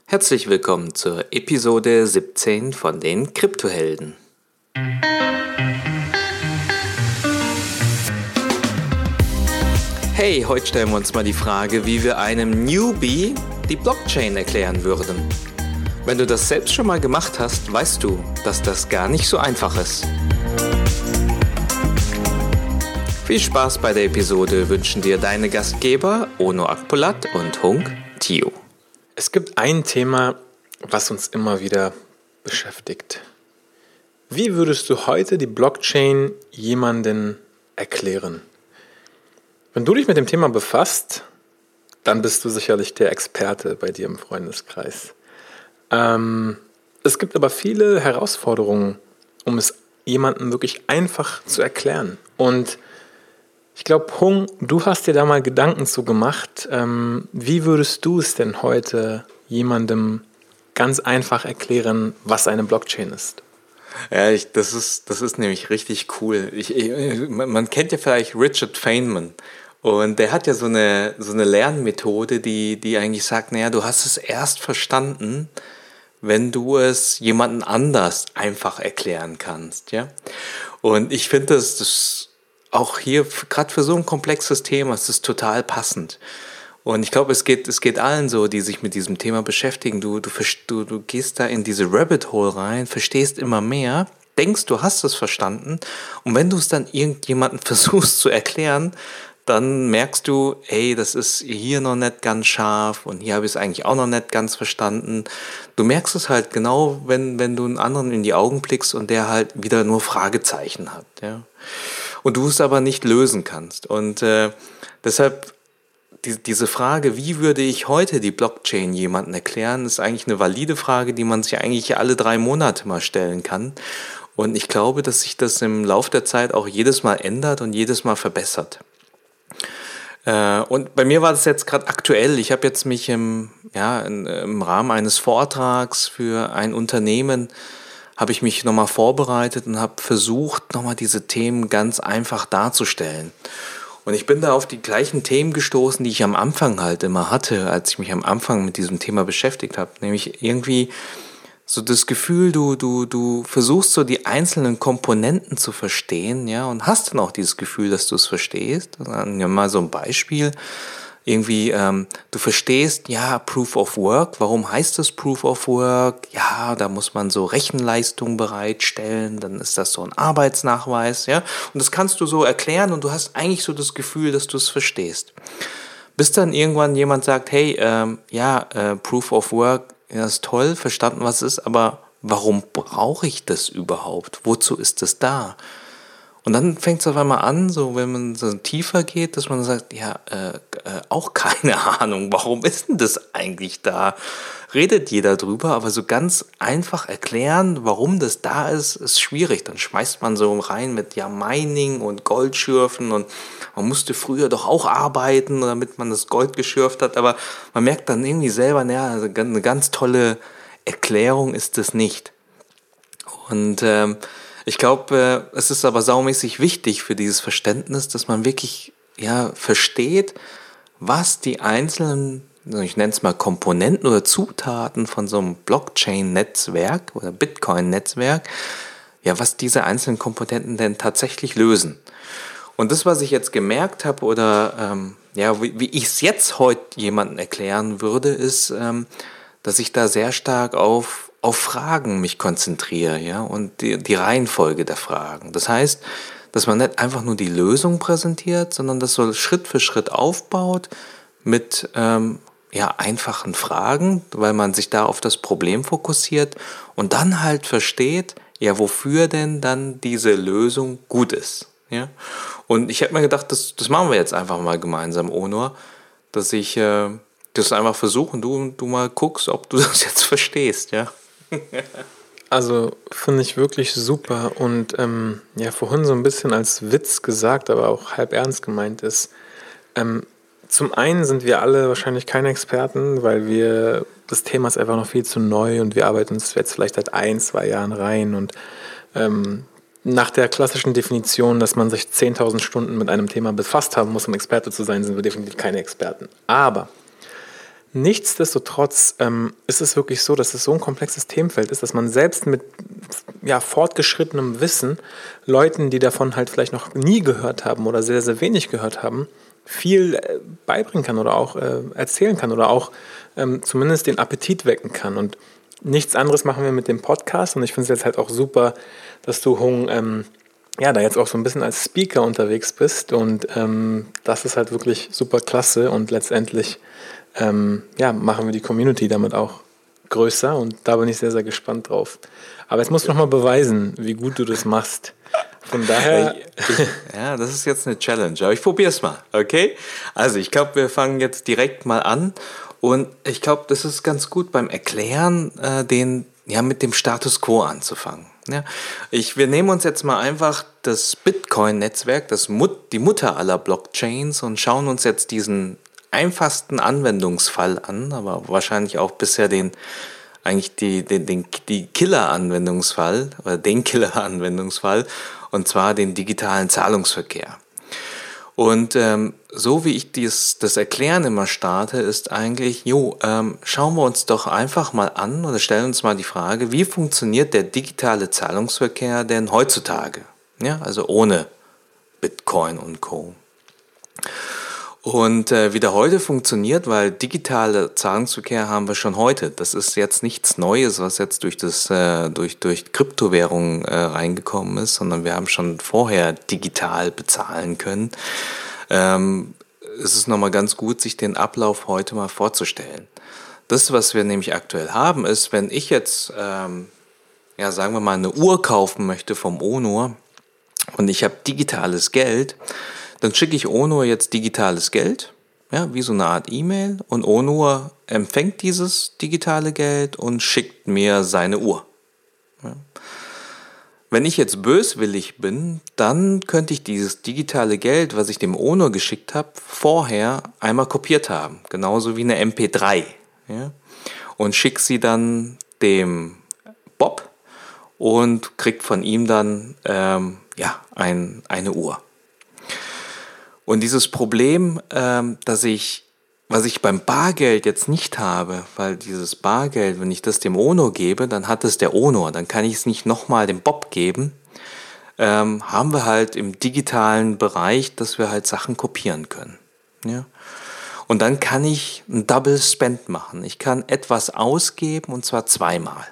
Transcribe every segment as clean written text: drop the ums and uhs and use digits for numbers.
Herzlich willkommen zur Episode 17 von den Kryptohelden. Hey, heute stellen wir uns mal die Frage, wie wir einem Newbie die Blockchain erklären würden. Wenn du das selbst schon mal gemacht hast, weißt du, dass das gar nicht so einfach ist. Viel Spaß bei der Episode wünschen dir deine Gastgeber Ono Akpolat und Hunk Tio. Es gibt ein Thema, was uns immer wieder beschäftigt. Wie würdest du heute die Blockchain jemandem erklären? Wenn du dich mit dem Thema befasst, dann bist du sicherlich der Experte bei dir im Freundeskreis. Es gibt aber viele Herausforderungen, um es jemandem wirklich einfach zu erklären. Und ich glaube, Hung, du hast dir da mal Gedanken zu gemacht. Wie würdest du es denn heute jemandem ganz einfach erklären, was eine Blockchain ist? Ja, das ist nämlich richtig cool. Man kennt ja vielleicht Richard Feynman. Und der hat ja so eine Lernmethode, die eigentlich sagt, naja, du hast es erst verstanden, wenn du es jemandem anders einfach erklären kannst. Ja? Und ich finde, das auch hier, gerade für so ein komplexes Thema, ist es total passend. Und ich glaube, es geht allen so, die sich mit diesem Thema beschäftigen. Du gehst da in diese Rabbit Hole rein, verstehst immer mehr, denkst, du hast es verstanden. Und wenn du es dann irgendjemandem versuchst zu erklären, dann merkst du, ey, das ist hier noch nicht ganz scharf und hier habe ich es eigentlich auch noch nicht ganz verstanden. Du merkst es halt genau, wenn du einen anderen in die Augen blickst und der halt wieder nur Fragezeichen hat, ja. Und du es aber nicht lösen kannst. Und deshalb diese Frage, wie würde ich heute die Blockchain jemandem erklären, ist eigentlich eine valide Frage, die man sich eigentlich alle 3 Monate mal stellen kann. Und ich glaube, dass sich das im Laufe der Zeit auch jedes Mal ändert und jedes Mal verbessert. Und bei mir war das jetzt gerade aktuell. Ich habe jetzt mich im Rahmen eines Vortrags für ein Unternehmen habe ich mich nochmal vorbereitet und habe versucht, nochmal diese Themen ganz einfach darzustellen. Und ich bin da auf die gleichen Themen gestoßen, die ich am Anfang halt immer hatte, als ich mich am Anfang mit diesem Thema beschäftigt habe. Nämlich irgendwie so das Gefühl, du versuchst so die einzelnen Komponenten zu verstehen, ja, und hast dann auch dieses Gefühl, dass du es verstehst. Dann ja mal so ein Beispiel. Irgendwie, du verstehst, ja, Proof of Work. Warum heißt das Proof of Work? Ja, da muss man so Rechenleistung bereitstellen. Dann ist das so ein Arbeitsnachweis, ja. Und das kannst du so erklären und du hast eigentlich so das Gefühl, dass du es verstehst. Bis dann irgendwann jemand sagt, hey, Proof of Work, ja, ist toll, verstanden, was es ist, aber warum brauche ich das überhaupt? Wozu ist das da? Und dann fängt es auf einmal an, so wenn man so tiefer geht, dass man sagt, auch keine Ahnung, warum ist denn das eigentlich da? Redet jeder drüber, aber so ganz einfach erklären, warum das da ist, ist schwierig. Dann schmeißt man so rein mit Mining und Goldschürfen und man musste früher doch auch arbeiten, damit man das Gold geschürft hat, aber man merkt dann irgendwie selber, also eine ganz tolle Erklärung ist das nicht. Und ich glaube, es ist aber saumäßig wichtig für dieses Verständnis, dass man wirklich versteht, was die einzelnen, ich nenne es mal Komponenten oder Zutaten von so einem Blockchain-Netzwerk oder Bitcoin-Netzwerk, was diese einzelnen Komponenten denn tatsächlich lösen. Und das, was ich jetzt gemerkt habe oder wie ich es jetzt heute jemandem erklären würde, ist, dass ich da sehr stark auf Fragen mich konzentriere, ja, und die Reihenfolge der Fragen. Das heißt, dass man nicht einfach nur die Lösung präsentiert, sondern das so Schritt für Schritt aufbaut mit einfachen Fragen, weil man sich da auf das Problem fokussiert und dann halt versteht, wofür denn dann diese Lösung gut ist. Ja? Und ich hätte mir gedacht, das machen wir jetzt einfach mal gemeinsam, Onur, dass ich das einfach versuche und du mal guckst, ob du das jetzt verstehst, ja. Also finde ich wirklich super und vorhin so ein bisschen als Witz gesagt, aber auch halb ernst gemeint ist. Zum einen sind wir alle wahrscheinlich keine Experten, weil das Thema ist einfach noch viel zu neu und wir arbeiten uns jetzt vielleicht seit 1-2 Jahren rein und nach der klassischen Definition, dass man sich 10.000 Stunden mit einem Thema befasst haben muss, um Experte zu sein, sind wir definitiv keine Experten. Aber Nichtsdestotrotz ist es wirklich so, dass es so ein komplexes Themenfeld ist, dass man selbst mit fortgeschrittenem Wissen Leuten, die davon halt vielleicht noch nie gehört haben oder sehr, sehr wenig gehört haben, viel beibringen kann oder auch erzählen kann oder auch zumindest den Appetit wecken kann. Und nichts anderes machen wir mit dem Podcast. Und ich finde es jetzt halt auch super, dass du, Hung, da jetzt auch so ein bisschen als Speaker unterwegs bist. Und das ist halt wirklich super klasse. Und letztendlich machen wir die Community damit auch größer. Und da bin ich sehr, sehr gespannt drauf. Aber jetzt musst du nochmal beweisen, wie gut du das machst. Von daher... Ja, das ist jetzt eine Challenge, aber ich probiere es mal, okay? Also ich glaube, wir fangen jetzt direkt mal an und ich glaube, das ist ganz gut beim Erklären, mit dem Status Quo anzufangen. Ja? Wir nehmen uns jetzt mal einfach das Bitcoin-Netzwerk, die Mutter aller Blockchains und schauen uns jetzt diesen einfachsten Anwendungsfall an, aber wahrscheinlich auch bisher die Killer-Anwendungsfall oder den Killer-Anwendungsfall, und zwar den digitalen Zahlungsverkehr. Und so wie ich das Erklären immer starte, ist eigentlich, schauen wir uns doch einfach mal an oder stellen uns mal die Frage, wie funktioniert der digitale Zahlungsverkehr denn heutzutage? Ja, also ohne Bitcoin und Co. Und wie der heute funktioniert, weil digitale Zahlungsverkehr haben wir schon heute. Das ist jetzt nichts Neues, was jetzt durch Kryptowährungen reingekommen ist, sondern wir haben schon vorher digital bezahlen können. Es ist nochmal ganz gut, sich den Ablauf heute mal vorzustellen. Das, was wir nämlich aktuell haben, ist, wenn ich jetzt, sagen wir mal, eine Uhr kaufen möchte vom Onur und ich habe digitales Geld, dann schicke ich Onur jetzt digitales Geld, ja, wie so eine Art E-Mail, und Onur empfängt dieses digitale Geld und schickt mir seine Uhr. Ja. Wenn ich jetzt böswillig bin, dann könnte ich dieses digitale Geld, was ich dem Onur geschickt habe, vorher einmal kopiert haben, genauso wie eine MP3, ja, und schicke sie dann dem Bob und kriegt von ihm dann eine Uhr. Und dieses Problem, was ich beim Bargeld jetzt nicht habe, weil dieses Bargeld, wenn ich das dem Onur gebe, dann hat es der Onur, dann kann ich es nicht nochmal dem Bob geben, haben wir halt im digitalen Bereich, dass wir halt Sachen kopieren können. Ja? Und dann kann ich ein Double Spend machen. Ich kann etwas ausgeben und zwar zweimal.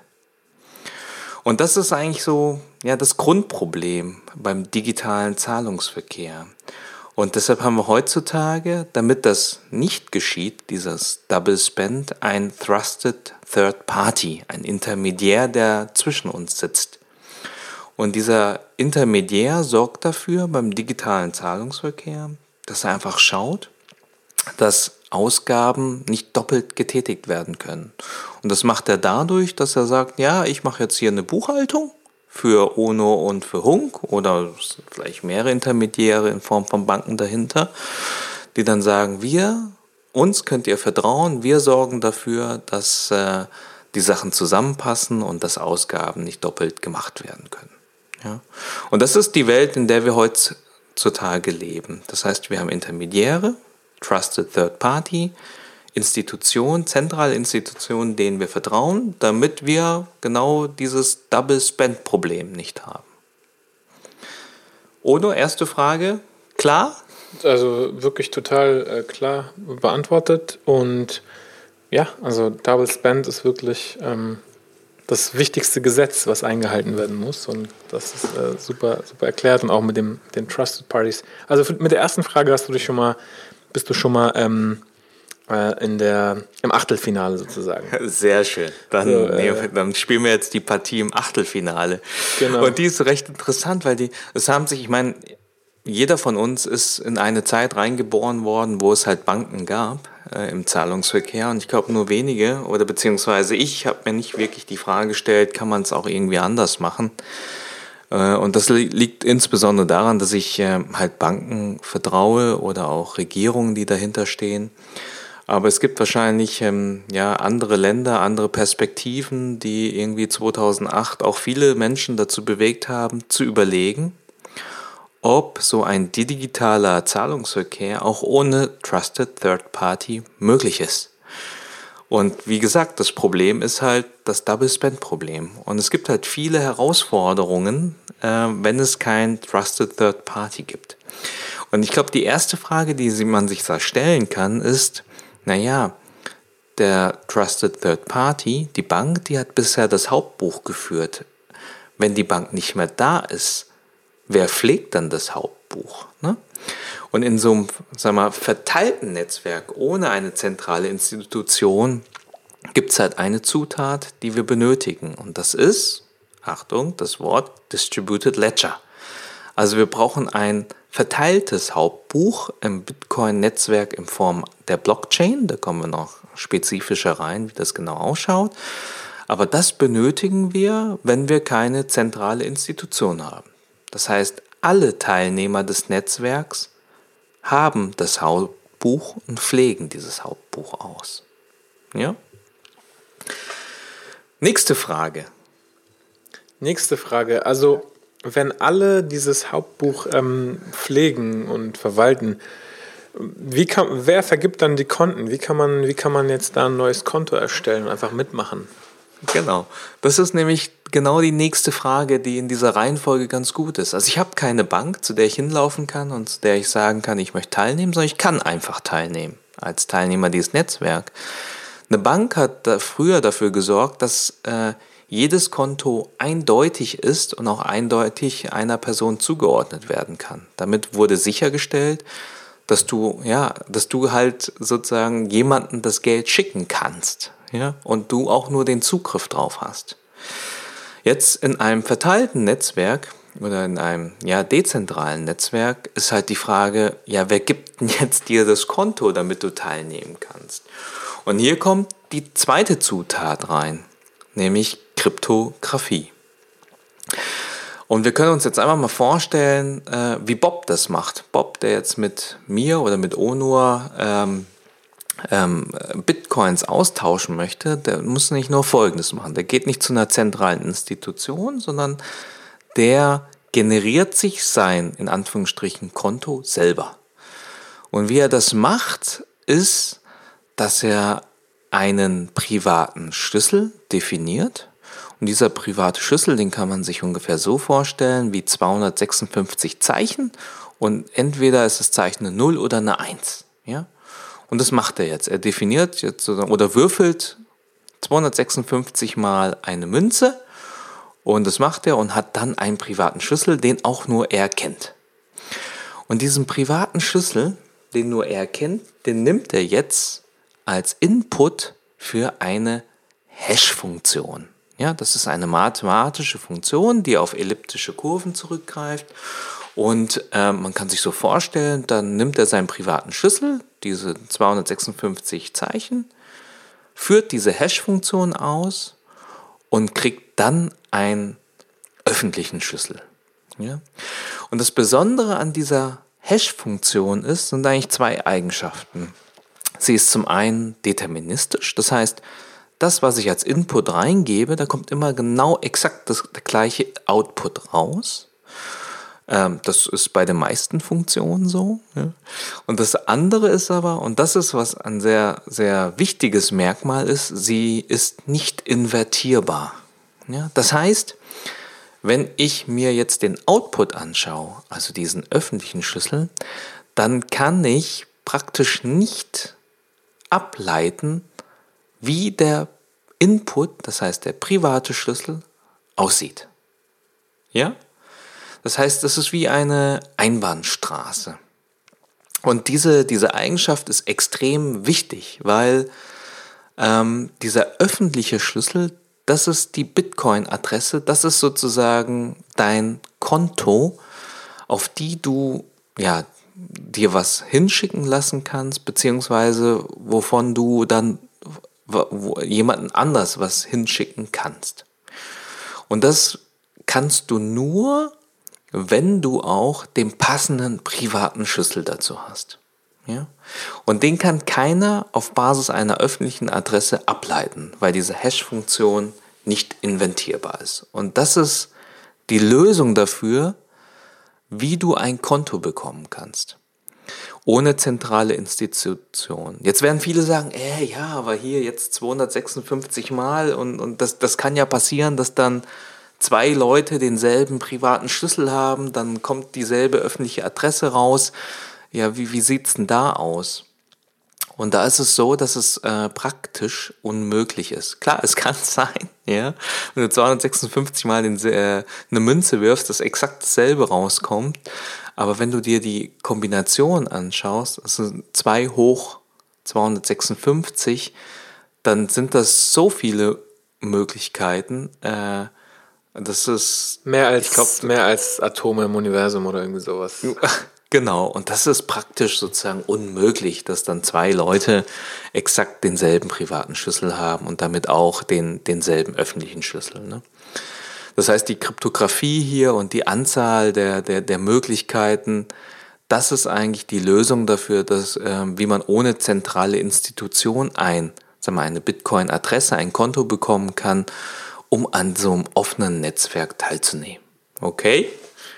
Und das ist eigentlich so das Grundproblem beim digitalen Zahlungsverkehr. Und deshalb haben wir heutzutage, damit das nicht geschieht, dieses Double Spend, ein Trusted Third Party, ein Intermediär, der zwischen uns sitzt. Und dieser Intermediär sorgt dafür beim digitalen Zahlungsverkehr, dass er einfach schaut, dass Ausgaben nicht doppelt getätigt werden können. Und das macht er dadurch, dass er sagt, ja, ich mache jetzt hier eine Buchhaltung für Onur und für Hung oder vielleicht mehrere Intermediäre in Form von Banken dahinter, die dann sagen, uns könnt ihr vertrauen, wir sorgen dafür, dass die Sachen zusammenpassen und dass Ausgaben nicht doppelt gemacht werden können. Ja? Und das ist die Welt, in der wir heutzutage leben. Das heißt, wir haben Intermediäre, Trusted Third Party, zentrale Institutionen, denen wir vertrauen, damit wir genau dieses Double-Spend-Problem nicht haben. Onur, erste Frage, klar? Also wirklich total klar beantwortet. Und ja, also Double Spend ist wirklich das wichtigste Gesetz, was eingehalten werden muss. Und das ist super, super erklärt und auch mit den Trusted Parties. Also mit der ersten Frage bist du schon mal im Achtelfinale sozusagen. Sehr schön. Dann spielen wir jetzt die Partie im Achtelfinale. Genau. Und die ist recht interessant, weil jeder von uns ist in eine Zeit reingeboren worden, wo es halt Banken gab im Zahlungsverkehr. Und ich glaube nur wenige, oder beziehungsweise ich habe mir nicht wirklich die Frage gestellt, kann man es auch irgendwie anders machen? Und das liegt insbesondere daran, dass ich halt Banken vertraue oder auch Regierungen, die dahinter stehen. Aber es gibt wahrscheinlich andere Länder, andere Perspektiven, die irgendwie 2008 auch viele Menschen dazu bewegt haben, zu überlegen, ob so ein digitaler Zahlungsverkehr auch ohne Trusted Third Party möglich ist. Und wie gesagt, das Problem ist halt das Double-Spend-Problem. Und es gibt halt viele Herausforderungen, wenn es kein Trusted Third Party gibt. Und ich glaube, die erste Frage, die man sich da stellen kann, ist, naja, der Trusted Third Party, die Bank, die hat bisher das Hauptbuch geführt. Wenn die Bank nicht mehr da ist, wer pflegt dann das Hauptbuch? Ne? Und in so einem, sagen wir mal, verteilten Netzwerk ohne eine zentrale Institution gibt es halt eine Zutat, die wir benötigen. Und das ist, Achtung, das Wort Distributed Ledger. Also wir brauchen ein verteiltes Hauptbuch im Bitcoin-Netzwerk in Form der Blockchain. Da kommen wir noch spezifischer rein, wie das genau ausschaut. Aber das benötigen wir, wenn wir keine zentrale Institution haben. Das heißt, alle Teilnehmer des Netzwerks haben das Hauptbuch und pflegen dieses Hauptbuch aus. Ja? Nächste Frage. Also wenn alle dieses Hauptbuch pflegen und verwalten, wer vergibt dann die Konten? Wie kann man jetzt da ein neues Konto erstellen und einfach mitmachen? Genau. Das ist nämlich genau die nächste Frage, die in dieser Reihenfolge ganz gut ist. Also ich habe keine Bank, zu der ich hinlaufen kann und zu der ich sagen kann, ich möchte teilnehmen, sondern ich kann einfach teilnehmen als Teilnehmer dieses Netzwerks. Eine Bank hat früher dafür gesorgt, dass jedes Konto eindeutig ist und auch eindeutig einer Person zugeordnet werden kann. Damit wurde sichergestellt, dass du halt sozusagen jemanden das Geld schicken kannst, ja, und du auch nur den Zugriff drauf hast. Jetzt in einem verteilten Netzwerk oder in einem dezentralen Netzwerk ist halt die Frage, ja, wer gibt denn jetzt dir das Konto, damit du teilnehmen kannst? Und hier kommt die zweite Zutat rein, nämlich Kryptographie. Und wir können uns jetzt einfach mal vorstellen, wie Bob das macht. Bob, der jetzt mit mir oder mit Onur Bitcoins austauschen möchte, der muss nicht nur Folgendes machen. Der geht nicht zu einer zentralen Institution, sondern der generiert sich sein, in Anführungsstrichen, Konto selber. Und wie er das macht, ist, dass er einen privaten Schlüssel definiert. Und dieser private Schlüssel, den kann man sich ungefähr so vorstellen wie 256 Zeichen. Und entweder ist das Zeichen eine 0 oder eine 1. Ja? Und das macht er jetzt. Er definiert jetzt oder würfelt 256 mal eine Münze. Und das macht er und hat dann einen privaten Schlüssel, den auch nur er kennt. Und diesen privaten Schlüssel, den nur er kennt, den nimmt er jetzt als Input für eine Hash-Funktion. Ja, das ist eine mathematische Funktion, die auf elliptische Kurven zurückgreift. Und man kann sich so vorstellen, dann nimmt er seinen privaten Schlüssel, diese 256 Zeichen, führt diese Hash-Funktion aus und kriegt dann einen öffentlichen Schlüssel. Ja? Und das Besondere an dieser Hash-Funktion sind eigentlich zwei Eigenschaften. Sie ist zum einen deterministisch, das heißt, das, was ich als Input reingebe, da kommt immer genau exakt der gleiche Output raus. Das ist bei den meisten Funktionen so. Ja. Und das andere ist aber, und das ist, was ein sehr, sehr wichtiges Merkmal ist, sie ist nicht invertierbar. Ja. Das heißt, wenn ich mir jetzt den Output anschaue, also diesen öffentlichen Schlüssel, dann kann ich praktisch nicht ableiten, wie der Input, das heißt der private Schlüssel, aussieht. Ja? Das heißt, das ist wie eine Einbahnstraße. Und diese Eigenschaft ist extrem wichtig, weil dieser öffentliche Schlüssel, das ist die Bitcoin-Adresse, das ist sozusagen dein Konto, auf die du dir was hinschicken lassen kannst, beziehungsweise wovon du dann jemanden anders was hinschicken kannst. Und das kannst du nur, wenn du auch den passenden privaten Schlüssel dazu hast. Ja? Und den kann keiner auf Basis einer öffentlichen Adresse ableiten, weil diese Hash-Funktion nicht inventierbar ist. Und das ist die Lösung dafür, wie du ein Konto bekommen kannst. ohne zentrale Institution. Jetzt werden viele sagen, ja, aber hier jetzt 256 Mal und das kann ja passieren, dass dann zwei Leute denselben privaten Schlüssel haben, dann kommt dieselbe öffentliche Adresse raus. Ja, wie sieht's denn da aus? Und da ist es so, dass es praktisch unmöglich ist. Klar, es kann sein, ja, wenn du 256 Mal eine Münze wirfst, dass exakt dasselbe rauskommt. Aber wenn du dir die Kombination anschaust, also 2 hoch 256, dann sind das so viele Möglichkeiten. Das ist mehr als Atome im Universum oder irgendwie sowas. Genau, und das ist praktisch sozusagen unmöglich, dass dann zwei Leute exakt denselben privaten Schlüssel haben und damit auch denselben öffentlichen Schlüssel. Ne? Das heißt, die Kryptographie hier und die Anzahl der Möglichkeiten, das ist eigentlich die Lösung dafür, dass, wie man ohne zentrale Institution eine Bitcoin-Adresse, ein Konto bekommen kann, um an so einem offenen Netzwerk teilzunehmen. Okay?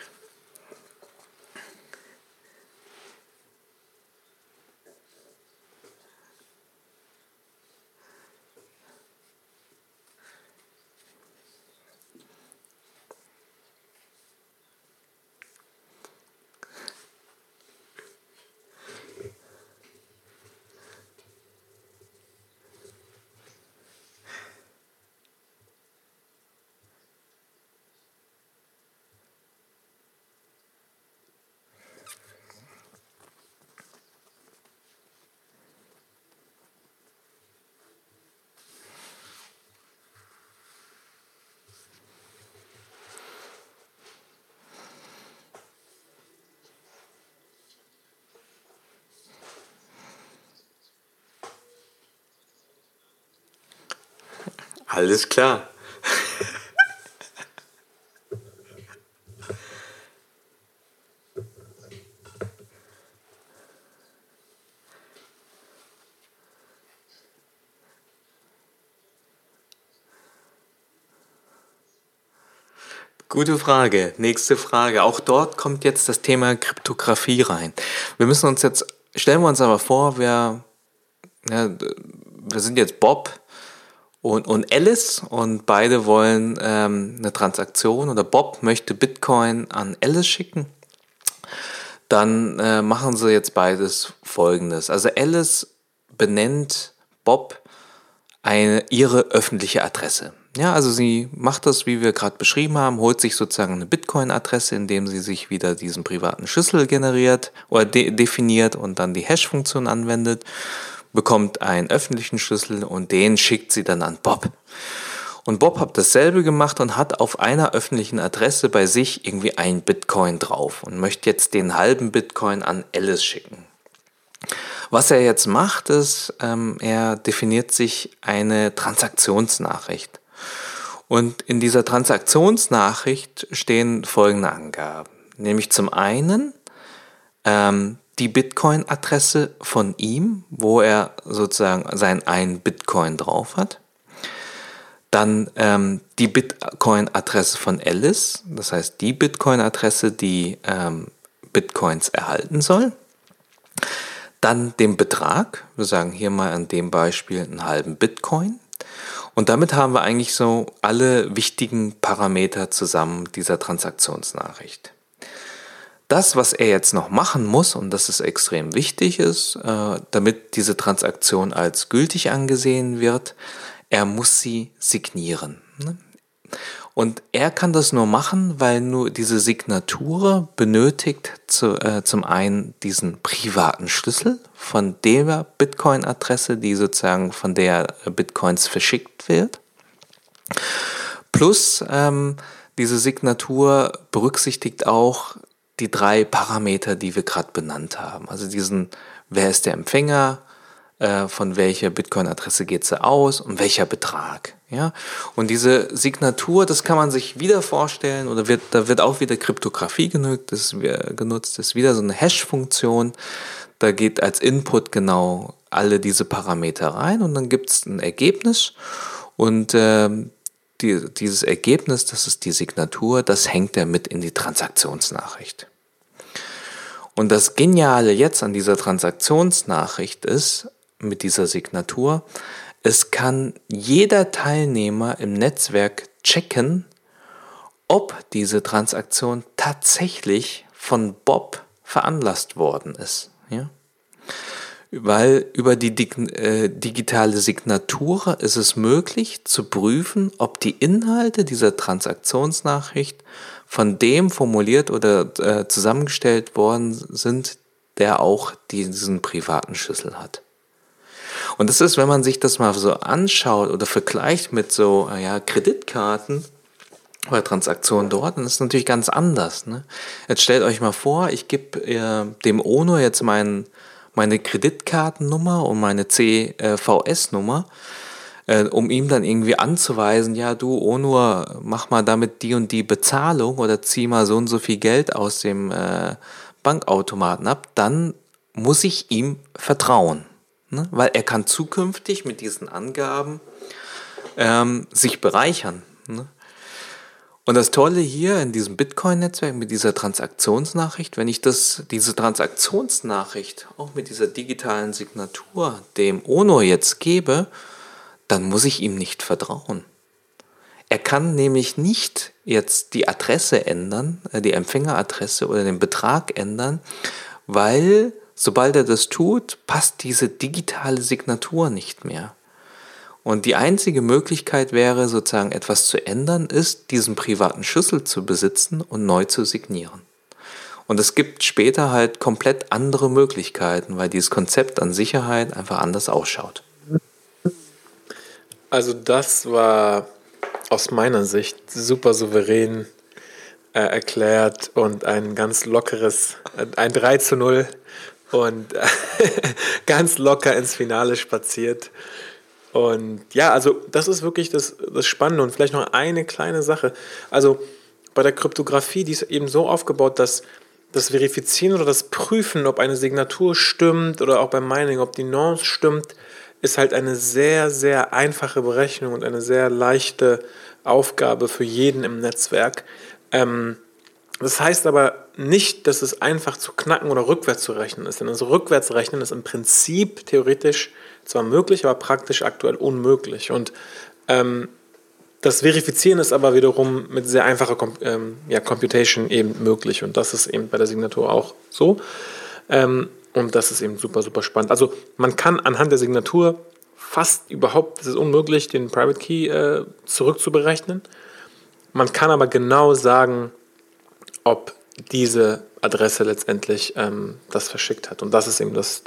Alles klar. Gute Frage. Nächste Frage. Auch dort kommt jetzt das Thema Kryptographie rein. Stellen wir uns aber vor, wir sind jetzt Bob und Alice und beide wollen eine Transaktion oder Bob möchte Bitcoin an Alice schicken. Dann machen sie jetzt beides Folgendes. Also Alice benennt Bob ihre öffentliche Adresse. Ja, also sie macht das, wie wir gerade beschrieben haben, holt sich sozusagen eine Bitcoin-Adresse, indem sie sich wieder diesen privaten Schlüssel generiert oder definiert und dann die Hash-Funktion anwendet, bekommt einen öffentlichen Schlüssel und den schickt sie dann an Bob. Und Bob hat dasselbe gemacht und hat auf einer öffentlichen Adresse bei sich irgendwie ein Bitcoin drauf und möchte jetzt den halben Bitcoin an Alice schicken. Was er jetzt macht, ist, er definiert sich eine Transaktionsnachricht. Und in dieser Transaktionsnachricht stehen folgende Angaben. Nämlich zum einen die Bitcoin-Adresse von ihm, wo er sozusagen sein ein Bitcoin drauf hat. Dann die Bitcoin-Adresse von Alice, das heißt die Bitcoin-Adresse, die Bitcoins erhalten soll. Dann den Betrag, wir sagen hier mal an dem Beispiel einen halben Bitcoin. Und damit haben wir eigentlich so alle wichtigen Parameter zusammen dieser Transaktionsnachricht. Das, was er jetzt noch machen muss, und das ist extrem wichtig ist, damit diese Transaktion als gültig angesehen wird, er muss sie signieren. Und er kann das nur machen, weil nur diese Signatur benötigt zum einen diesen privaten Schlüssel von der Bitcoin-Adresse, die sozusagen von der Bitcoins verschickt wird. Plus diese Signatur berücksichtigt auch die 3 Parameter, die wir gerade benannt haben. Also wer ist der Empfänger, von welcher Bitcoin-Adresse geht sie aus und welcher Betrag. Ja? Und diese Signatur, das kann man sich wieder vorstellen, oder da wird auch wieder Kryptographie genutzt, das ist wieder so eine Hash-Funktion. Da geht als Input genau alle diese Parameter rein und dann gibt es ein Ergebnis und dieses Ergebnis, das ist die Signatur, das hängt er mit in die Transaktionsnachricht. Und das Geniale jetzt an dieser Transaktionsnachricht ist, mit dieser Signatur, es kann jeder Teilnehmer im Netzwerk checken, ob diese Transaktion tatsächlich von Bob veranlasst worden ist. Ja? Weil über die digitale Signatur ist es möglich zu prüfen, ob die Inhalte dieser Transaktionsnachricht von dem formuliert oder zusammengestellt worden sind, der auch diesen privaten Schlüssel hat. Und das ist, wenn man sich das mal so anschaut oder vergleicht mit so Kreditkarten oder Transaktionen dort, dann ist es natürlich ganz anders. Ne? Jetzt stellt euch mal vor, ich gebe dem Onur jetzt meine Kreditkartennummer und meine CVS-Nummer, um ihm dann irgendwie anzuweisen, ja du Onur, mach mal damit die und die Bezahlung oder zieh mal so und so viel Geld aus dem Bankautomaten ab, dann muss ich ihm vertrauen. Ne? Weil er kann zukünftig mit diesen Angaben sich bereichern. Ne? Und das Tolle hier in diesem Bitcoin-Netzwerk mit dieser Transaktionsnachricht, wenn ich diese Transaktionsnachricht auch mit dieser digitalen Signatur dem Onur jetzt gebe, dann muss ich ihm nicht vertrauen. Er kann nämlich nicht jetzt die Adresse ändern, die Empfängeradresse oder den Betrag ändern, weil sobald er das tut, passt diese digitale Signatur nicht mehr. Und die einzige Möglichkeit wäre, sozusagen etwas zu ändern, ist, diesen privaten Schlüssel zu besitzen und neu zu signieren. Und es gibt später halt komplett andere Möglichkeiten, weil dieses Konzept an Sicherheit einfach anders ausschaut. Also das war aus meiner Sicht super souverän erklärt und ein ganz lockeres, ein 3:0 und ganz locker ins Finale spaziert. Und ja, also das ist wirklich das Spannende und vielleicht noch eine kleine Sache. Also bei der Kryptographie, die ist eben so aufgebaut, dass das Verifizieren oder das Prüfen, ob eine Signatur stimmt oder auch beim Mining, ob die Nonce stimmt, ist halt eine sehr, sehr einfache Berechnung und eine sehr leichte Aufgabe für jeden im Netzwerk. Das heißt aber nicht, dass es einfach zu knacken oder rückwärts zu rechnen ist. Denn das Rückwärtsrechnen ist im Prinzip theoretisch zwar möglich, aber praktisch aktuell unmöglich. Und das Verifizieren ist aber wiederum mit sehr einfacher Computation eben möglich. Und das ist eben bei der Signatur auch so. Und das ist eben super, super spannend. Also man kann anhand der Signatur fast überhaupt, es ist unmöglich, den Private Key zurückzuberechnen. Man kann aber genau sagen, ob diese Adresse letztendlich das verschickt hat. Und das ist eben das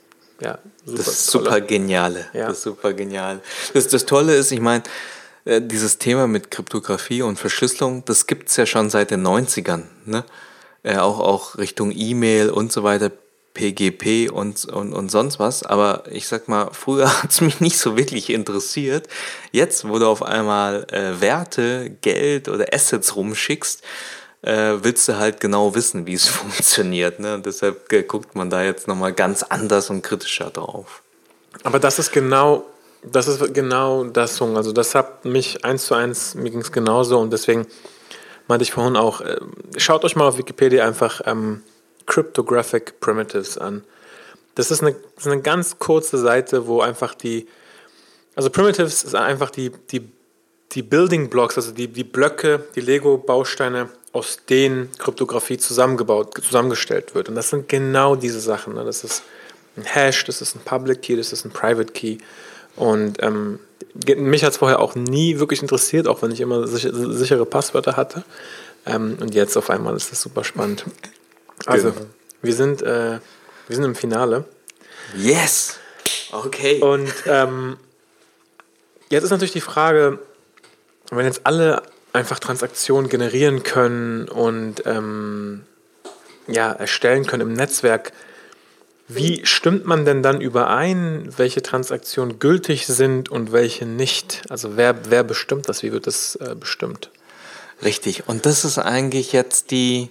super Geniale. Ja. Das super Geniale. Das Tolle ist, ich meine, dieses Thema mit Kryptographie und Verschlüsselung, das gibt es ja schon seit den 90ern. Ne? Auch Richtung E-Mail und so weiter, PGP und sonst was. Aber ich sag mal, früher hat es mich nicht so wirklich interessiert. Jetzt, wo du auf einmal Werte, Geld oder Assets rumschickst, willst du halt genau wissen, wie es funktioniert. Ne? Und deshalb guckt man da jetzt nochmal ganz anders und kritischer drauf. Aber das ist genau das Song. Also das hat mich 1:1, mir ging es genauso und deswegen meinte ich vorhin auch, schaut euch mal auf Wikipedia einfach Cryptographic Primitives an. Das ist eine ganz kurze Seite, wo einfach also Primitives ist einfach die Building Blocks, also die Blöcke, die Lego-Bausteine, aus denen Kryptographie zusammengestellt wird. Und das sind genau diese Sachen. Ne? Das ist ein Hash, das ist ein Public Key, das ist ein Private Key. Und mich hat es vorher auch nie wirklich interessiert, auch wenn ich immer sichere Passwörter hatte. Und jetzt auf einmal ist das super spannend. Also, genau. wir sind im Finale. Yes! Okay. Und jetzt ist natürlich die Frage, wenn jetzt alle einfach Transaktionen generieren können und erstellen können im Netzwerk, wie stimmt man denn dann überein, welche Transaktionen gültig sind und welche nicht? Also wer bestimmt das? Wie wird das bestimmt? Richtig. Und das ist eigentlich jetzt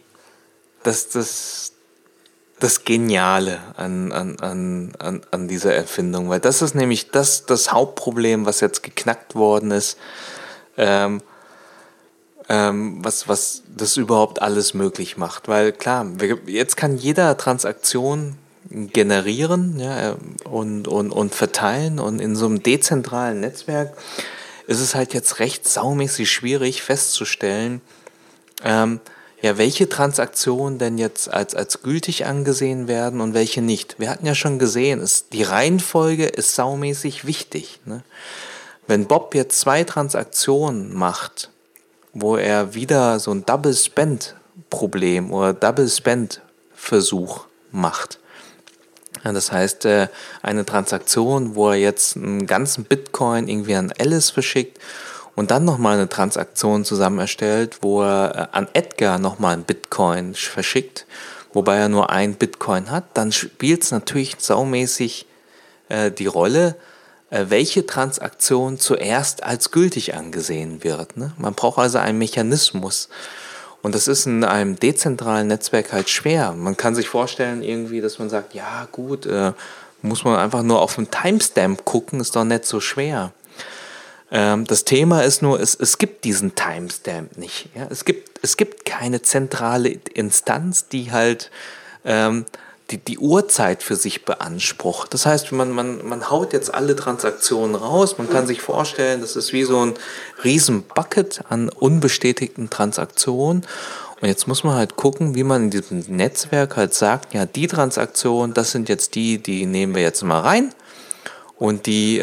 das Geniale an dieser Erfindung, weil das ist nämlich das Hauptproblem, was jetzt geknackt worden ist. was das überhaupt alles möglich macht. Weil klar, jetzt kann jeder Transaktion generieren, ja, und verteilen, und in so einem dezentralen Netzwerk ist es halt jetzt recht saumäßig schwierig festzustellen, ja, welche Transaktionen denn jetzt als gültig angesehen werden und welche nicht. Wir hatten ja schon gesehen, die Reihenfolge ist saumäßig wichtig. Ne? Wenn Bob jetzt 2 Transaktionen macht, wo er wieder so ein Double Spend Problem oder Double Spend Versuch macht, ja, das heißt, eine Transaktion, wo er jetzt einen ganzen Bitcoin irgendwie an Alice verschickt und dann nochmal eine Transaktion zusammen erstellt, wo er an Edgar nochmal einen Bitcoin verschickt, wobei er nur ein Bitcoin hat, dann spielt es natürlich saumäßig die Rolle, welche Transaktion zuerst als gültig angesehen wird. Ne? Man braucht also einen Mechanismus. Und das ist in einem dezentralen Netzwerk halt schwer. Man kann sich vorstellen irgendwie, dass man sagt, ja gut, muss man einfach nur auf den Timestamp gucken, ist doch nicht so schwer. Das Thema ist nur, es gibt diesen Timestamp nicht. Ja? Es gibt keine zentrale Instanz, die halt die Uhrzeit für sich beansprucht. Das heißt, man haut jetzt alle Transaktionen raus. Man kann sich vorstellen, das ist wie so ein riesen Bucket an unbestätigten Transaktionen. Und jetzt muss man halt gucken, wie man in diesem Netzwerk halt sagt, ja, die Transaktion, das sind jetzt die nehmen wir jetzt mal rein. Und die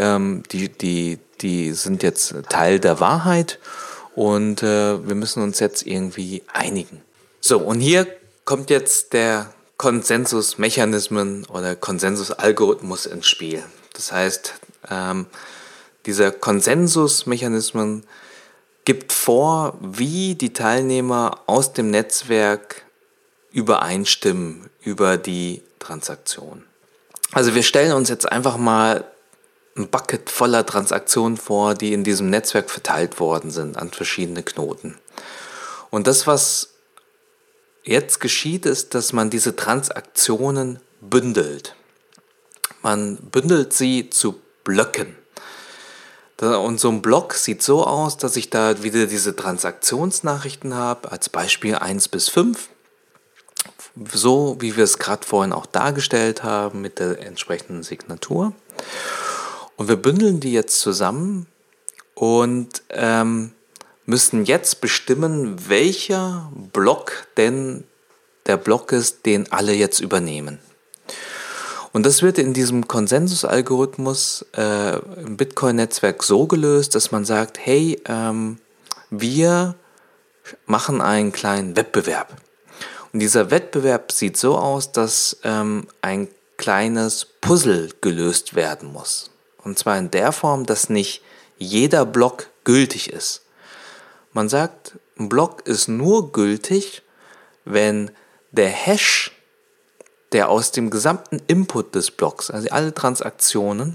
sind jetzt Teil der Wahrheit. Und wir müssen uns jetzt irgendwie einigen. So, und hier kommt jetzt der Konsensusmechanismen oder Konsensusalgorithmus ins Spiel. Das heißt, dieser Konsensusmechanismen gibt vor, wie die Teilnehmer aus dem Netzwerk übereinstimmen über die Transaktion. Also wir stellen uns jetzt einfach mal ein Bucket voller Transaktionen vor, die in diesem Netzwerk verteilt worden sind an verschiedene Knoten. Und das, was jetzt geschieht, ist, dass man diese Transaktionen bündelt. Man bündelt sie zu Blöcken. Und so ein Block sieht so aus, dass ich da wieder diese Transaktionsnachrichten habe, als Beispiel 1 bis 5. So wie wir es gerade vorhin auch dargestellt haben mit der entsprechenden Signatur. Und wir bündeln die jetzt zusammen und müssen jetzt bestimmen, welcher Block denn der Block ist, den alle jetzt übernehmen. Und das wird in diesem Konsensusalgorithmus im Bitcoin-Netzwerk so gelöst, dass man sagt, hey, wir machen einen kleinen Wettbewerb. Und dieser Wettbewerb sieht so aus, dass ein kleines Puzzle gelöst werden muss. Und zwar in der Form, dass nicht jeder Block gültig ist. Man sagt, ein Block ist nur gültig, wenn der Hash, der aus dem gesamten Input des Blocks, also alle Transaktionen,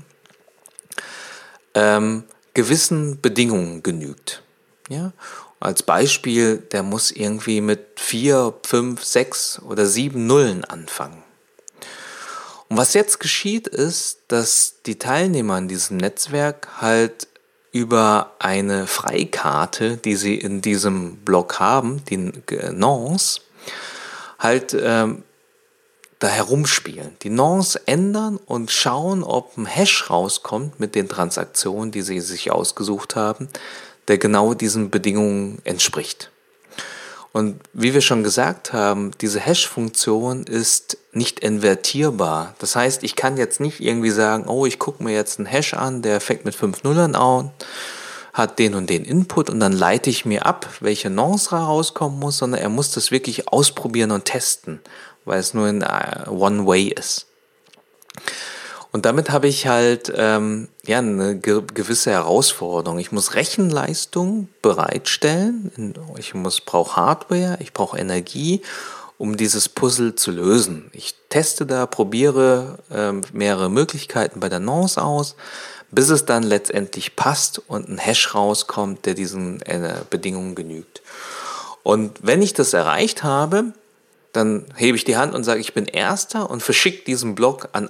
gewissen Bedingungen genügt. Ja? Als Beispiel, der muss irgendwie mit 4, 5, 6 oder 7 Nullen anfangen. Und was jetzt geschieht, ist, dass die Teilnehmer in diesem Netzwerk halt über eine Freikarte, die sie in diesem Block haben, die Nonce, halt da herumspielen. Die Nonce ändern und schauen, ob ein Hash rauskommt mit den Transaktionen, die sie sich ausgesucht haben, der genau diesen Bedingungen entspricht. Und wie wir schon gesagt haben, diese Hash-Funktion ist nicht invertierbar. Das heißt, ich kann jetzt nicht irgendwie sagen, oh, ich gucke mir jetzt einen Hash an, der fängt mit 5 Nullern an, hat den und den Input und dann leite ich mir ab, welche Nonce rauskommen muss, sondern er muss das wirklich ausprobieren und testen, weil es nur in One-Way ist. Und damit habe ich halt eine gewisse Herausforderung. Ich muss Rechenleistung bereitstellen, brauche Hardware, ich brauche Energie, um dieses Puzzle zu lösen. Ich teste da, probiere mehrere Möglichkeiten bei der Nonce aus, bis es dann letztendlich passt und ein Hash rauskommt, der diesen Bedingungen genügt. Und wenn ich das erreicht habe, dann hebe ich die Hand und sage, ich bin Erster und verschicke diesen Block an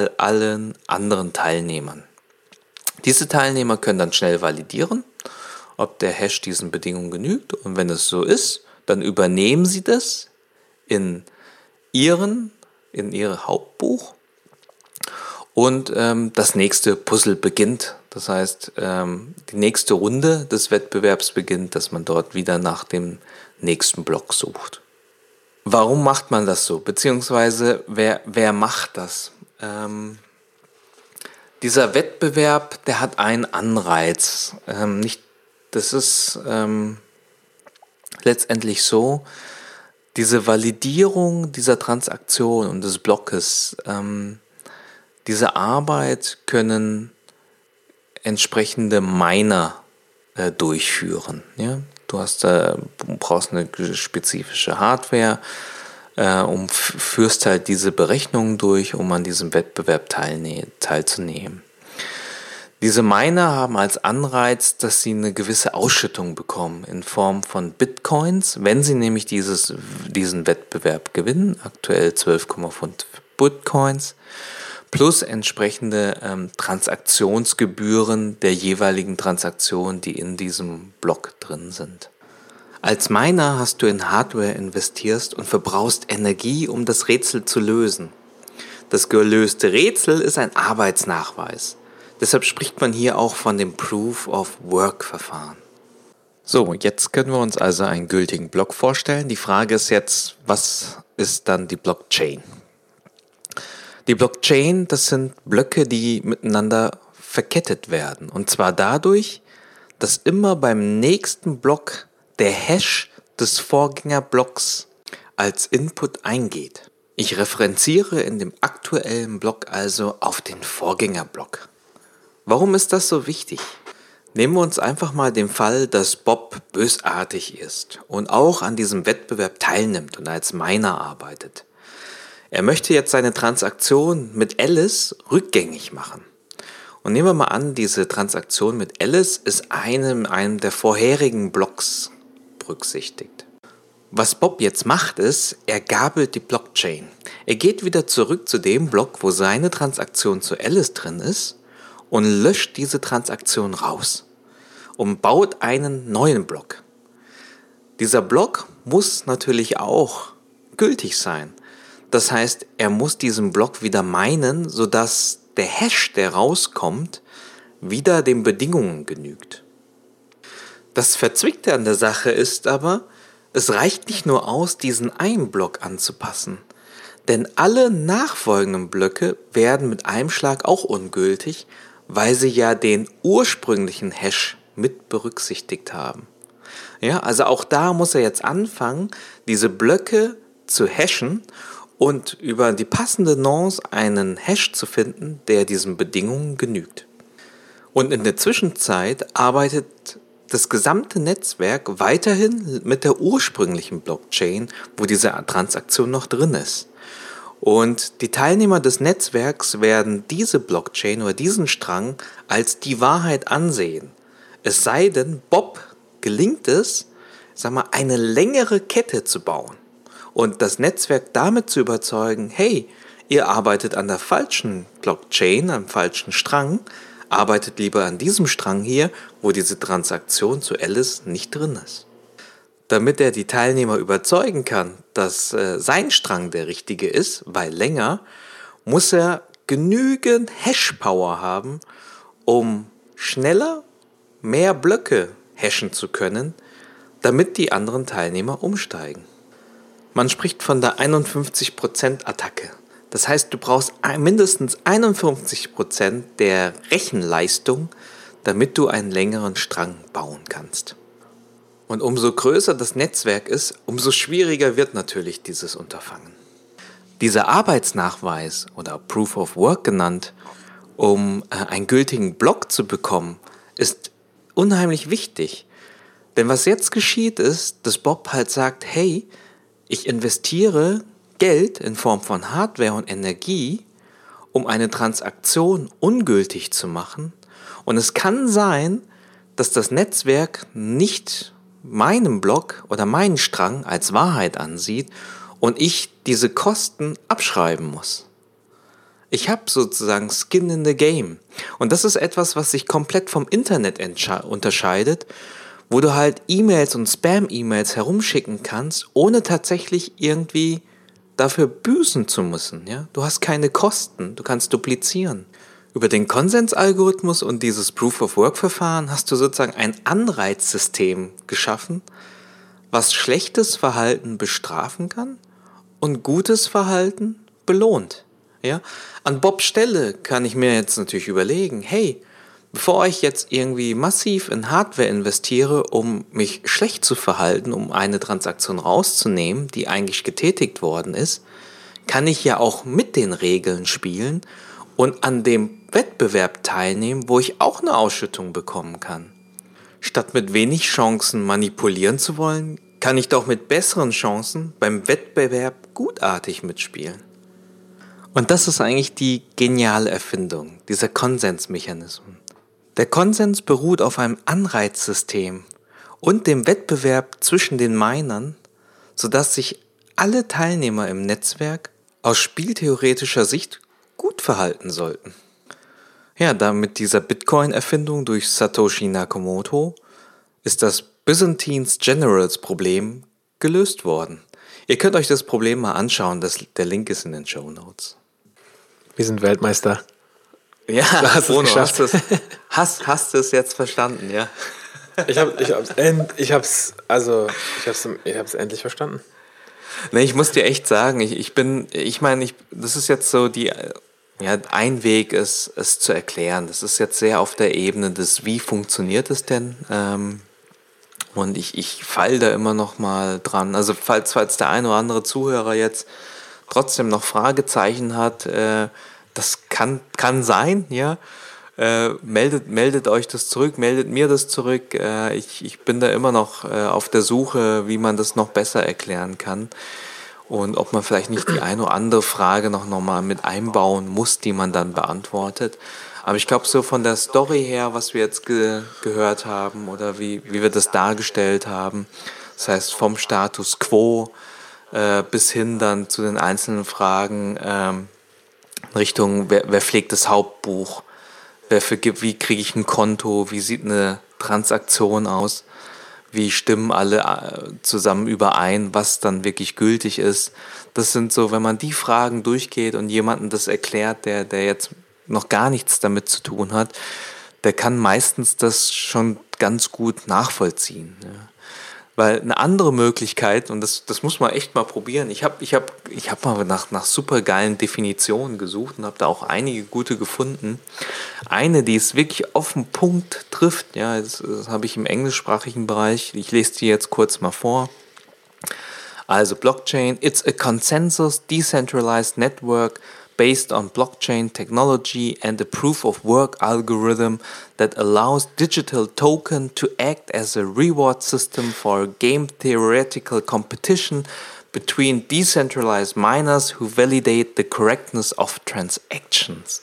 allen anderen Teilnehmern. Diese Teilnehmer können dann schnell validieren, ob der Hash diesen Bedingungen genügt. Und wenn es so ist, dann übernehmen sie das in ihr Hauptbuch und das nächste Puzzle beginnt. Das heißt, die nächste Runde des Wettbewerbs beginnt, dass man dort wieder nach dem nächsten Block sucht. Warum macht man das so? Beziehungsweise wer macht das? Dieser Wettbewerb, der hat einen Anreiz. Das ist letztendlich so, diese Validierung dieser Transaktion und des Blockes, diese Arbeit können entsprechende Miner durchführen. Ja? Du brauchst eine spezifische Hardware, führst halt diese Berechnungen durch, um an diesem Wettbewerb teilzunehmen. Diese Miner haben als Anreiz, dass sie eine gewisse Ausschüttung bekommen in Form von Bitcoins, wenn sie nämlich diesen Wettbewerb gewinnen, aktuell 12,5 Bitcoins, plus entsprechende Transaktionsgebühren der jeweiligen Transaktionen, die in diesem Block drin sind. Als Miner hast du in Hardware investiert und verbrauchst Energie, um das Rätsel zu lösen. Das gelöste Rätsel ist ein Arbeitsnachweis. Deshalb spricht man hier auch von dem Proof-of-Work-Verfahren. So, jetzt können wir uns also einen gültigen Block vorstellen. Die Frage ist jetzt, was ist dann die Blockchain? Die Blockchain, das sind Blöcke, die miteinander verkettet werden. Und zwar dadurch, dass immer beim nächsten Block der Hash des Vorgängerblocks als Input eingeht. Ich referenziere in dem aktuellen Block also auf den Vorgängerblock. Warum ist das so wichtig? Nehmen wir uns einfach mal den Fall, dass Bob bösartig ist und auch an diesem Wettbewerb teilnimmt und als Miner arbeitet. Er möchte jetzt seine Transaktion mit Alice rückgängig machen. Und nehmen wir mal an, diese Transaktion mit Alice ist einem der vorherigen Blocks berücksichtigt. Was Bob jetzt macht ist, er gabelt die Blockchain. Er geht wieder zurück zu dem Block, wo seine Transaktion zu Alice drin ist und löscht diese Transaktion raus und baut einen neuen Block. Dieser Block muss natürlich auch gültig sein. Das heißt, er muss diesen Block wieder minen, sodass der Hash, der rauskommt, wieder den Bedingungen genügt. Das Verzwickte an der Sache ist aber, es reicht nicht nur aus, diesen einen Block anzupassen, denn alle nachfolgenden Blöcke werden mit einem Schlag auch ungültig, weil sie ja den ursprünglichen Hash mit berücksichtigt haben. Ja, also auch da muss er jetzt anfangen, diese Blöcke zu hashen und über die passende Nonce einen Hash zu finden, der diesen Bedingungen genügt. Und in der Zwischenzeit arbeitet das gesamte Netzwerk weiterhin mit der ursprünglichen Blockchain, wo diese Transaktion noch drin ist. Und die Teilnehmer des Netzwerks werden diese Blockchain oder diesen Strang als die Wahrheit ansehen. Es sei denn, Bob gelingt es, eine längere Kette zu bauen und das Netzwerk damit zu überzeugen, hey, ihr arbeitet an der falschen Blockchain, am falschen Strang, arbeitet lieber an diesem Strang hier, wo diese Transaktion zu Alice nicht drin ist. Damit er die Teilnehmer überzeugen kann, dass sein Strang der richtige ist, weil länger, muss er genügend Hash-Power haben, um schneller mehr Blöcke hashen zu können, damit die anderen Teilnehmer umsteigen. Man spricht von der 51%-Attacke. Das heißt, du brauchst mindestens 51% der Rechenleistung, damit du einen längeren Strang bauen kannst. Und umso größer das Netzwerk ist, umso schwieriger wird natürlich dieses Unterfangen. Dieser Arbeitsnachweis oder Proof of Work genannt, um einen gültigen Block zu bekommen, ist unheimlich wichtig. Denn was jetzt geschieht ist, dass Bob halt sagt, hey, ich investiere Geld in Form von Hardware und Energie, um eine Transaktion ungültig zu machen. Und es kann sein, dass das Netzwerk nicht meinen Block oder meinen Strang als Wahrheit ansieht und ich diese Kosten abschreiben muss. Ich habe sozusagen Skin in the Game. Und das ist etwas, was sich komplett vom Internet unterscheidet, wo du halt E-Mails und Spam-E-Mails herumschicken kannst, ohne tatsächlich irgendwie dafür büßen zu müssen. Ja? Du hast keine Kosten, du kannst duplizieren. Über den Konsensalgorithmus und dieses Proof-of-Work-Verfahren hast du sozusagen ein Anreizsystem geschaffen, was schlechtes Verhalten bestrafen kann und gutes Verhalten belohnt. Ja? An Bobs Stelle kann ich mir jetzt natürlich überlegen, hey, bevor ich jetzt irgendwie massiv in Hardware investiere, um mich schlecht zu verhalten, um eine Transaktion rauszunehmen, die eigentlich getätigt worden ist, kann ich ja auch mit den Regeln spielen und an dem Wettbewerb teilnehmen, wo ich auch eine Ausschüttung bekommen kann. Statt mit wenig Chancen manipulieren zu wollen, kann ich doch mit besseren Chancen beim Wettbewerb gutartig mitspielen. Und das ist eigentlich die geniale Erfindung, dieser Konsensmechanismus. Der Konsens beruht auf einem Anreizsystem und dem Wettbewerb zwischen den Minern, sodass sich alle Teilnehmer im Netzwerk aus spieltheoretischer Sicht gut verhalten sollten. Ja, mit dieser Bitcoin-Erfindung durch Satoshi Nakamoto ist das Byzantines Generals Problem gelöst worden. Ihr könnt euch das Problem mal anschauen, der Link ist in den Shownotes. Wir sind Weltmeister. Ja, hast Bruno, es hast du es jetzt verstanden, ja? Ich hab's endlich verstanden. Nee, ich muss dir echt sagen, das ist jetzt so ein Weg, es zu erklären. Das ist jetzt sehr auf der Ebene des, wie funktioniert es denn? Und ich falle da immer noch mal dran. Also falls der ein oder andere Zuhörer jetzt trotzdem noch Fragezeichen hat, das kann sein, ja. Meldet euch das zurück, meldet mir das zurück. Ich bin da immer noch auf der Suche, wie man das noch besser erklären kann. Und ob man vielleicht nicht die eine oder andere Frage noch mal mit einbauen muss, die man dann beantwortet. Aber ich glaube, so von der Story her, was wir jetzt gehört haben oder wie wir das dargestellt haben, das heißt vom Status Quo bis hin dann zu den einzelnen Fragen Richtung, wer pflegt das Hauptbuch, wer vergibt, wie kriege ich ein Konto, wie sieht eine Transaktion aus, wie stimmen alle zusammen überein, was dann wirklich gültig ist. Das sind so, wenn man die Fragen durchgeht und jemandem das erklärt, der jetzt noch gar nichts damit zu tun hat, der kann meistens das schon ganz gut nachvollziehen. Ja. Weil eine andere Möglichkeit, und das muss man echt mal probieren, ich hab mal nach super geilen Definitionen gesucht und habe da auch einige gute gefunden. Eine, die es wirklich auf den Punkt trifft, ja, das habe ich im englischsprachigen Bereich, ich lese die jetzt kurz mal vor. Also Blockchain, it's a consensus decentralized network based on blockchain technology and a proof-of-work algorithm that allows digital token to act as a reward system for a game theoretical competition between decentralized miners who validate the correctness of transactions.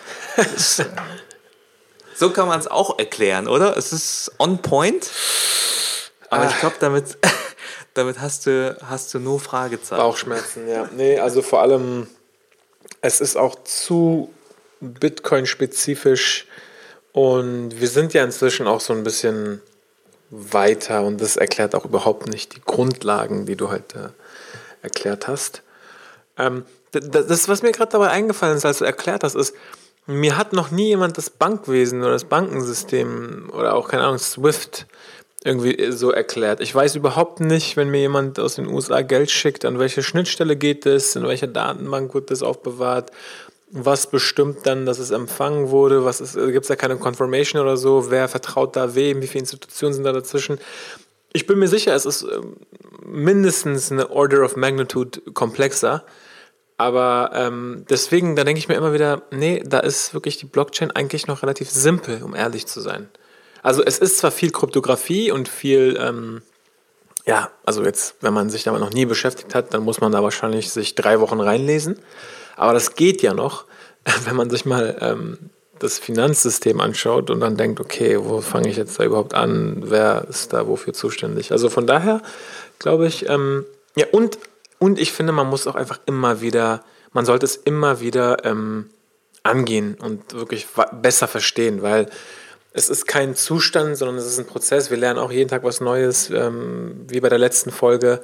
So kann man es auch erklären, oder? Es ist on point, aber ich glaube, damit hast du nur Fragezeichen. Bauchschmerzen, ja. Nee, also vor allem es ist auch zu Bitcoin-spezifisch und wir sind ja inzwischen auch so ein bisschen weiter und das erklärt auch überhaupt nicht die Grundlagen, die du halt erklärt hast. Das, was mir gerade dabei eingefallen ist, als du erklärt hast, ist, mir hat noch nie jemand das Bankwesen oder das Bankensystem oder auch, keine Ahnung, SWIFT irgendwie so erklärt. Ich weiß überhaupt nicht, wenn mir jemand aus den USA Geld schickt, an welche Schnittstelle geht es, in welcher Datenbank wird das aufbewahrt, was bestimmt dann, dass es empfangen wurde, gibt es da keine Confirmation oder so, wer vertraut da wem, wie viele Institutionen sind da dazwischen. Ich bin mir sicher, es ist mindestens eine Order of Magnitude komplexer, aber deswegen, da denke ich mir immer wieder, nee, da ist wirklich die Blockchain eigentlich noch relativ simpel, um ehrlich zu sein. Also es ist zwar viel Kryptographie und viel, also jetzt, wenn man sich damit noch nie beschäftigt hat, dann muss man da wahrscheinlich sich 3 Wochen reinlesen. Aber das geht ja noch, wenn man sich mal das Finanzsystem anschaut und dann denkt, okay, wo fange ich jetzt da überhaupt an? Wer ist da wofür zuständig? Also von daher glaube ich, und ich finde, man muss auch einfach man sollte es immer wieder angehen und wirklich besser verstehen, weil es ist kein Zustand, sondern es ist ein Prozess. Wir lernen auch jeden Tag was Neues, wie bei der letzten Folge.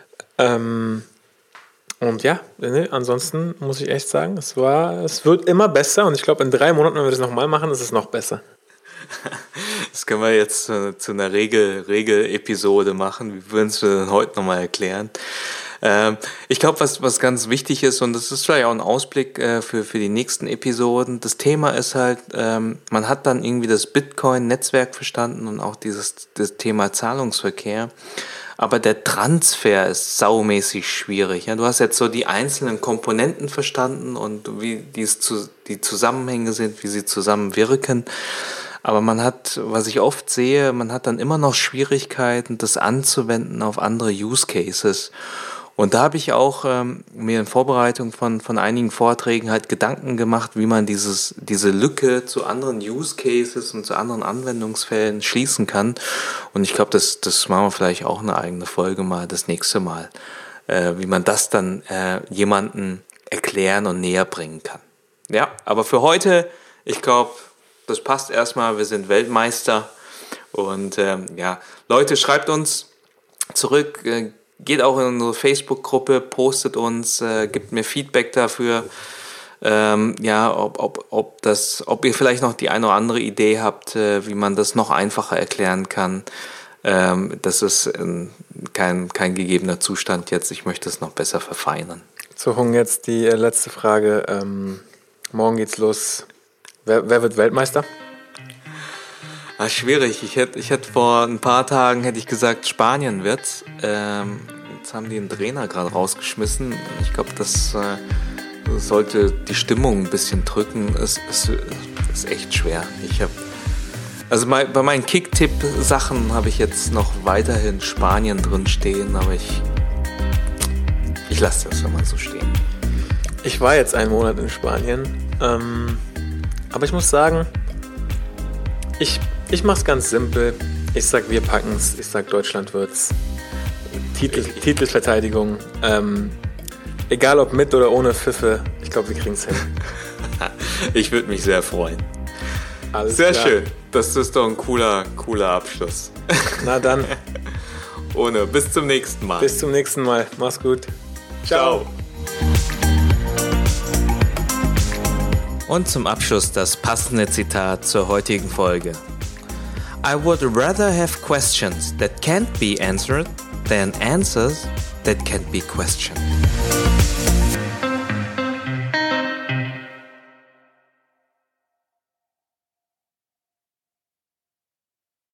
Und ja, ansonsten muss ich echt sagen, es wird immer besser und ich glaube, in 3 Monaten, wenn wir das nochmal machen, ist es noch besser. Das können wir jetzt zu einer Regel-Episode machen. Wie würden wir denn heute nochmal erklären? Ich glaube, was ganz wichtig ist, und das ist vielleicht auch ein Ausblick für die nächsten Episoden, das Thema ist halt, man hat dann irgendwie das Bitcoin-Netzwerk verstanden und auch das Thema Zahlungsverkehr. Aber der Transfer ist saumäßig schwierig. Ja? Du hast jetzt so die einzelnen Komponenten verstanden und wie die Zusammenhänge sind, wie sie zusammenwirken. Aber man hat, was ich oft sehe, man hat dann immer noch Schwierigkeiten, das anzuwenden auf andere Use Cases. Und da habe ich auch mir in Vorbereitung von einigen Vorträgen halt Gedanken gemacht, wie man diese Lücke zu anderen Use Cases und zu anderen Anwendungsfällen schließen kann. Und ich glaube, das machen wir vielleicht auch eine eigene Folge mal das nächste Mal, wie man das dann jemandem erklären und näher bringen kann. Ja, aber für heute, ich glaube, das passt erstmal. Wir sind Weltmeister. Und Leute, schreibt uns zurück. Geht auch in unsere Facebook-Gruppe, postet uns, gibt mir Feedback dafür, ob ihr vielleicht noch die eine oder andere Idee habt, wie man das noch einfacher erklären kann. Das ist kein gegebener Zustand jetzt. Ich möchte es noch besser verfeinern. So, Hung, jetzt die letzte Frage. Morgen geht's los. Wer wird Weltmeister? Schwierig. Ich hätte vor ein paar Tagen gesagt, Spanien wird's. Jetzt haben die einen Trainer gerade rausgeschmissen. Ich glaube, das sollte die Stimmung ein bisschen drücken. Es ist echt schwer. Bei meinen Kick-Tipp-Sachen habe ich jetzt noch weiterhin Spanien drin stehen, aber ich lasse das mal so stehen. Ich war jetzt einen Monat in Spanien, aber ich muss sagen, ich mach's ganz simpel. Ich sag, wir packen's. Ich sag, Deutschland wird's. Titelverteidigung. Egal ob mit oder ohne Pfiffe. Ich glaube, wir kriegen's hin. Ich würde mich sehr freuen. Alles sehr klar. Schön. Das ist doch ein cooler Abschluss. Na dann. Bis zum nächsten Mal. Bis zum nächsten Mal. Mach's gut. Ciao. Und zum Abschluss das passende Zitat zur heutigen Folge. I would rather have questions that can't be answered than answers that can't be questioned.